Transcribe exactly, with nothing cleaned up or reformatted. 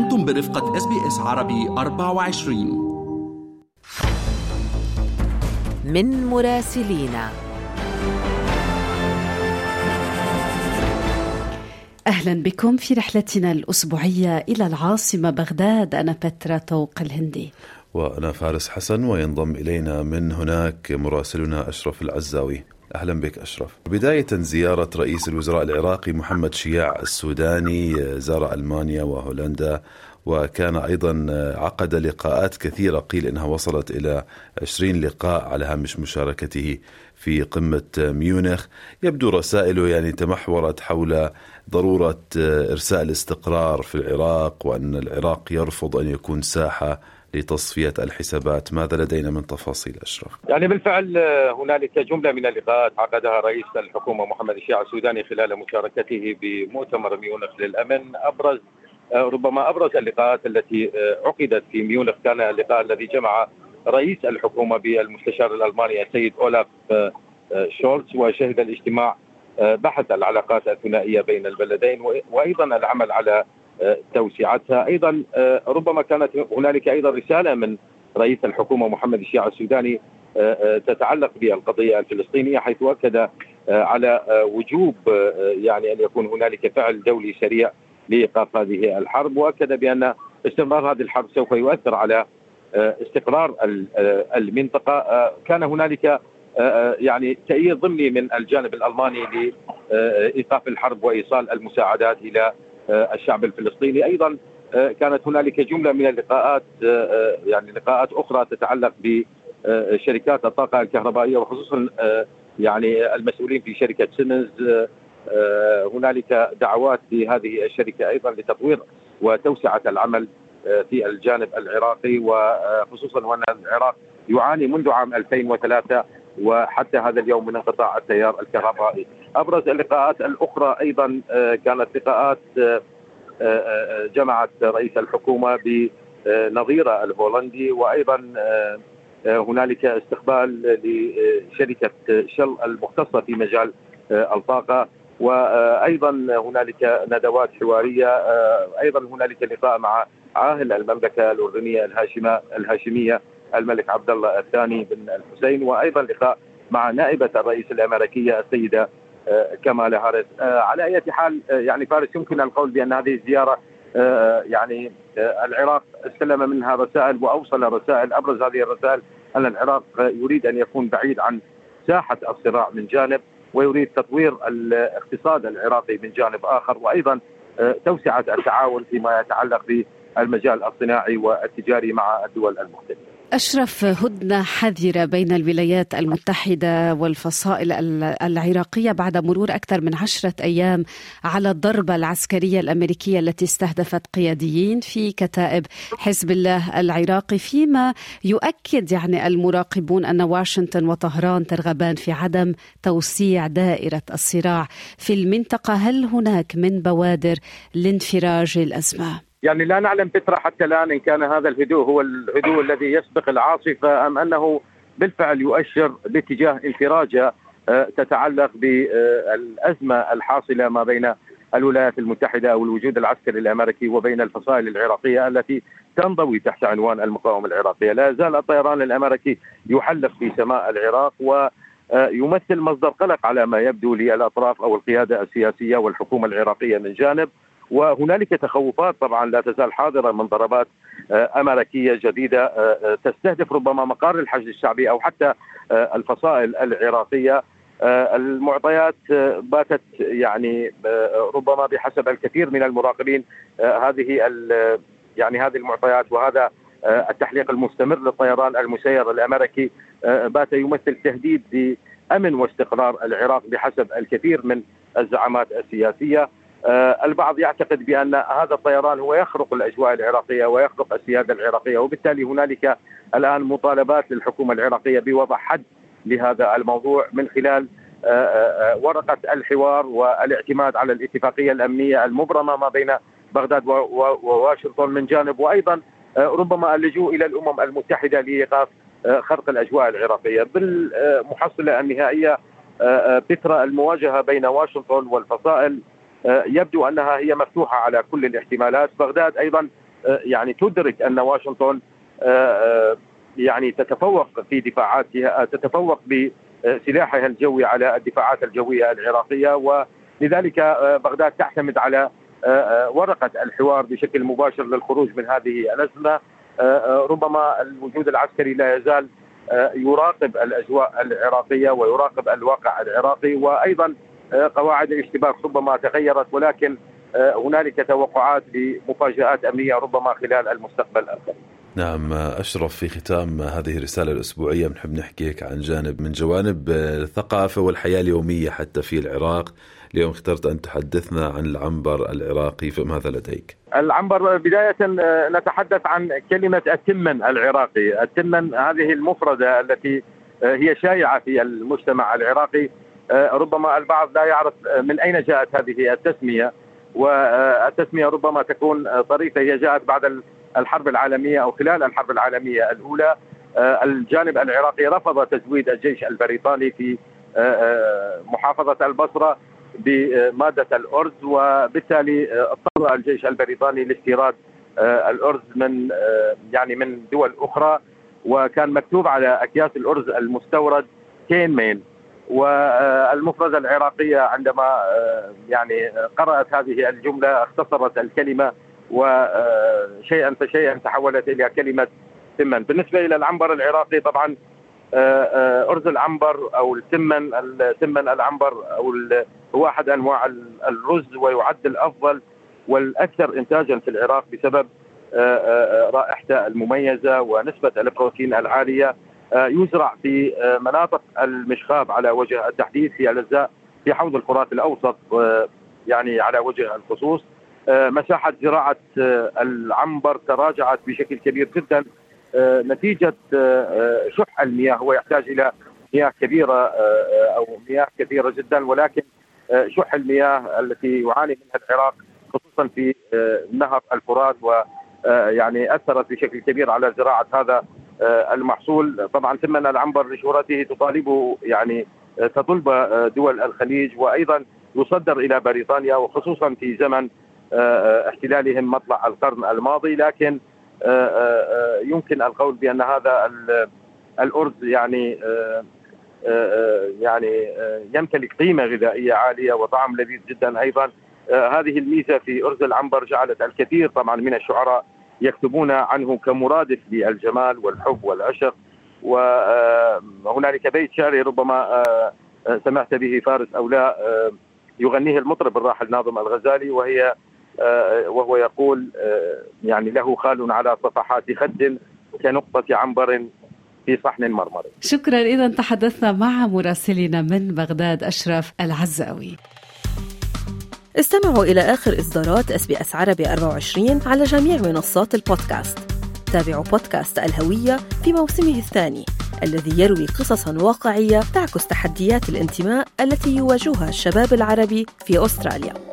أنتم برفقة إس بي إس عربي أربعة وعشرين. من مراسلينا. أهلا بكم في رحلتنا الأسبوعية إلى العاصمة بغداد. أنا بترا طوق الهندي وأنا فارس حسن، وينضم إلينا من هناك مراسلنا أشرف العزاوي. أهلا بك أشرف. بداية، زيارة رئيس الوزراء العراقي محمد شياع السوداني زار ألمانيا وهولندا، وكان أيضا عقد لقاءات كثيرة، قيل إنها وصلت إلى عشرين لقاء على هامش مشاركته في قمة ميونخ. يبدو رسائله يعني تمحورت حول ضرورة إرساء الاستقرار في العراق، وأن العراق يرفض أن يكون ساحة لتصفية الحسابات. ماذا لدينا من تفاصيل أشرف؟ يعني بالفعل هنالك جملة من اللقاءات عقدها رئيس الحكومة محمد شياع السوداني خلال مشاركته بمؤتمر ميونخ للأمن. أبرز ربما أبرز اللقاءات التي عقدت في ميونخ كان اللقاء الذي جمع رئيس الحكومة بالمستشار الألماني السيد أولاف شولتز، وشهد الاجتماع بحث العلاقات الثنائية بين البلدين وأيضا العمل على توسيعتها. أيضا ربما كانت هنالك أيضا رسالة من رئيس الحكومة محمد شياع السوداني تتعلق بالقضية الفلسطينية، حيث أكد على وجوب يعني أن يكون هنالك فعل دولي سريع لإيقاف هذه الحرب، وأكد بأن استمرار هذه الحرب سوف يؤثر على استقرار المنطقة. كان هنالك يعني تأييد ضمني من الجانب الألماني لإيقاف الحرب وإيصال المساعدات إلى الشعب الفلسطيني. أيضا كانت هنالك جملة من اللقاءات، يعني لقاءات أخرى تتعلق بشركات الطاقة الكهربائية، وخصوصا يعني المسؤولين في شركة سيمنز. هنالك دعوات لهذه الشركة أيضا لتطوير وتوسعة العمل في الجانب العراقي، وخصوصا وأن العراق يعاني منذ عام ألفين وثلاثة وحتى هذا اليوم من انقطاع التيار الكهربائي. أبرز اللقاءات الأخرى أيضا كانت لقاءات جمعت رئيس الحكومة بنظيره الهولندي، وأيضا هنالك استقبال لشركة شل المختصة في مجال الطاقة، وأيضا هنالك ندوات حوارية. أيضا هنالك لقاء مع عاهل المملكة الأردنية الهاشمة الهاشمية الملك عبد الله الثاني بن الحسين، وأيضا لقاء مع نائبة الرئيس الأمريكية السيدة كمالا هاريس. على أي حال يعني فارس، يمكن القول بأن هذه الزيارة يعني العراق استلم منها رسائل وأوصل رسائل. أبرز هذه الرسائل أن العراق يريد أن يكون بعيد عن ساحة الصراع من جانب، ويريد تطوير الاقتصاد العراقي من جانب آخر، وأيضا توسعة التعاون فيما يتعلق بالمجال الصناعي والتجاري مع الدول المختلفة. أشرف، هدنة حذرة بين الولايات المتحدة والفصائل العراقية بعد مرور أكثر من عشرة أيام على الضربة العسكرية الأمريكية التي استهدفت قياديين في كتائب حزب الله العراقي، فيما يؤكد يعني المراقبون أن واشنطن وطهران ترغبان في عدم توسيع دائرة الصراع في المنطقة. هل هناك من بوادر لانفراج الأزمة؟ يعني لا نعلم بترا حتى الآن إن كان هذا الهدوء هو الهدوء الذي يسبق العاصفة، أم أنه بالفعل يؤشر باتجاه انفراجة تتعلق بالأزمة الحاصلة ما بين الولايات المتحدة أو الوجود العسكري الأمريكي وبين الفصائل العراقية التي تنضوي تحت عنوان المقاومة العراقية. لا يزال الطيران الأمريكي يحلق في سماء العراق، ويمثل مصدر قلق على ما يبدو للأطراف أو القيادة السياسية والحكومة العراقية من جانب. وهنالك تخوفات طبعا لا تزال حاضرة من ضربات أمريكية جديدة تستهدف ربما مقار الحشد الشعبي أو حتى الفصائل العراقية. المعطيات باتت يعني ربما بحسب الكثير من المراقبين هذه يعني هذه المعطيات وهذا التحليق المستمر للطيران المسير الأمريكي بات يمثل تهديد لأمن واستقرار العراق بحسب الكثير من الزعامات السياسية. البعض يعتقد بأن هذا الطيران هو يخرق الأجواء العراقية ويخرق السيادة العراقية، وبالتالي هنالك الآن مطالبات للحكومة العراقية بوضع حد لهذا الموضوع من خلال ورقة الحوار والاعتماد على الاتفاقية الأمنية المبرمة ما بين بغداد وواشنطن من جانب، وأيضا ربما اللجوء إلى الأمم المتحدة لإيقاف خرق الأجواء العراقية. بالمحصلة النهائية بترا المواجهة بين واشنطن والفصائل يبدو أنها هي مفتوحة على كل الاحتمالات. بغداد أيضا يعني تدرك أن واشنطن يعني تتفوق في دفاعاتها، تتفوق بسلاحها الجوي على الدفاعات الجوية العراقية، ولذلك بغداد تعتمد على ورقة الحوار بشكل مباشر للخروج من هذه الأزمة. ربما الوجود العسكري لا يزال يراقب الأجواء العراقية ويراقب الواقع العراقي، وأيضا قواعد الاشتباك ربما تغيرت، ولكن هنالك توقعات لمفاجآت أمنية ربما خلال المستقبل القريب. نعم أشرف، في ختام هذه الرسالة الأسبوعية بنحب نحكيك عن جانب من جوانب الثقافة والحياة اليومية حتى في العراق. اليوم اخترت أن تحدثنا عن العنبر العراقي، فماذا لديك؟ العنبر بداية نتحدث عن كلمة التمن العراقي. التمن هذه المفردة التي هي شائعة في المجتمع العراقي، ربما البعض لا يعرف من أين جاءت هذه التسمية، والتسمية ربما تكون طريفة. هي جاءت بعد الحرب العالمية أو خلال الحرب العالمية الأولى. الجانب العراقي رفض تزويد الجيش البريطاني في محافظة البصرة بمادة الأرز، وبالتالي اضطر الجيش البريطاني لاستيراد الأرز من يعني من دول أخرى، وكان مكتوب على أكياس الأرز المستورد كين مين. والمفردة العراقية عندما يعني قرأت هذه الجملة اختصرت الكلمة، وشيئا فشيئا تحولت إلى كلمة تمن. بالنسبة إلى العنبر العراقي، طبعا أرز العنبر أو التمن التمن العنبر أو هو أحد أنواع الرز، ويعد الأفضل والأكثر إنتاجا في العراق بسبب رائحته المميزة ونسبة البروتين العالية. يزرع في مناطق المشخاب على وجه التحديد في الأجزاء في حوض الفرات الأوسط يعني على وجه الخصوص. مساحة زراعة العنبر تراجعت بشكل كبير جدا نتيجة شح المياه. هو يحتاج إلى مياه كبيرة أو مياه كثيرة جدا، ولكن شح المياه التي يعاني منها العراق خصوصا في نهر الفرات ويعني أثرت بشكل كبير على زراعة هذا المحصول. طبعا ثمن العنبر لشهرته تطالبه يعني تطلب دول الخليج، وأيضا يصدر إلى بريطانيا وخصوصا في زمن احتلالهم مطلع القرن الماضي. لكن يمكن القول بأن هذا الأرز يعني يعني يمتلك قيمة غذائية عالية وطعم لذيذ جدا. أيضا هذه الميزة في أرز العنبر جعلت الكثير طبعا من الشعراء يكتبون عنه كمرادف للجمال والحب والعشق. وهنالك بيت شعري ربما سمعت به فارس أو لا، يغنيه المطرب الراحل ناظم الغزالي، وهي وهو يقول يعني له خال على صفحات خد كنقطة عنبر في صحن مرمر. شكرا. إذا تحدثنا مع مراسلنا من بغداد أشرف العزاوي. استمعوا إلى آخر إصدارات إس بي إس عربي أربعة وعشرين على جميع منصات البودكاست. تابعوا بودكاست الهوية في موسمه الثاني الذي يروي قصصاً واقعية تعكس تحديات الانتماء التي يواجهها الشباب العربي في أستراليا.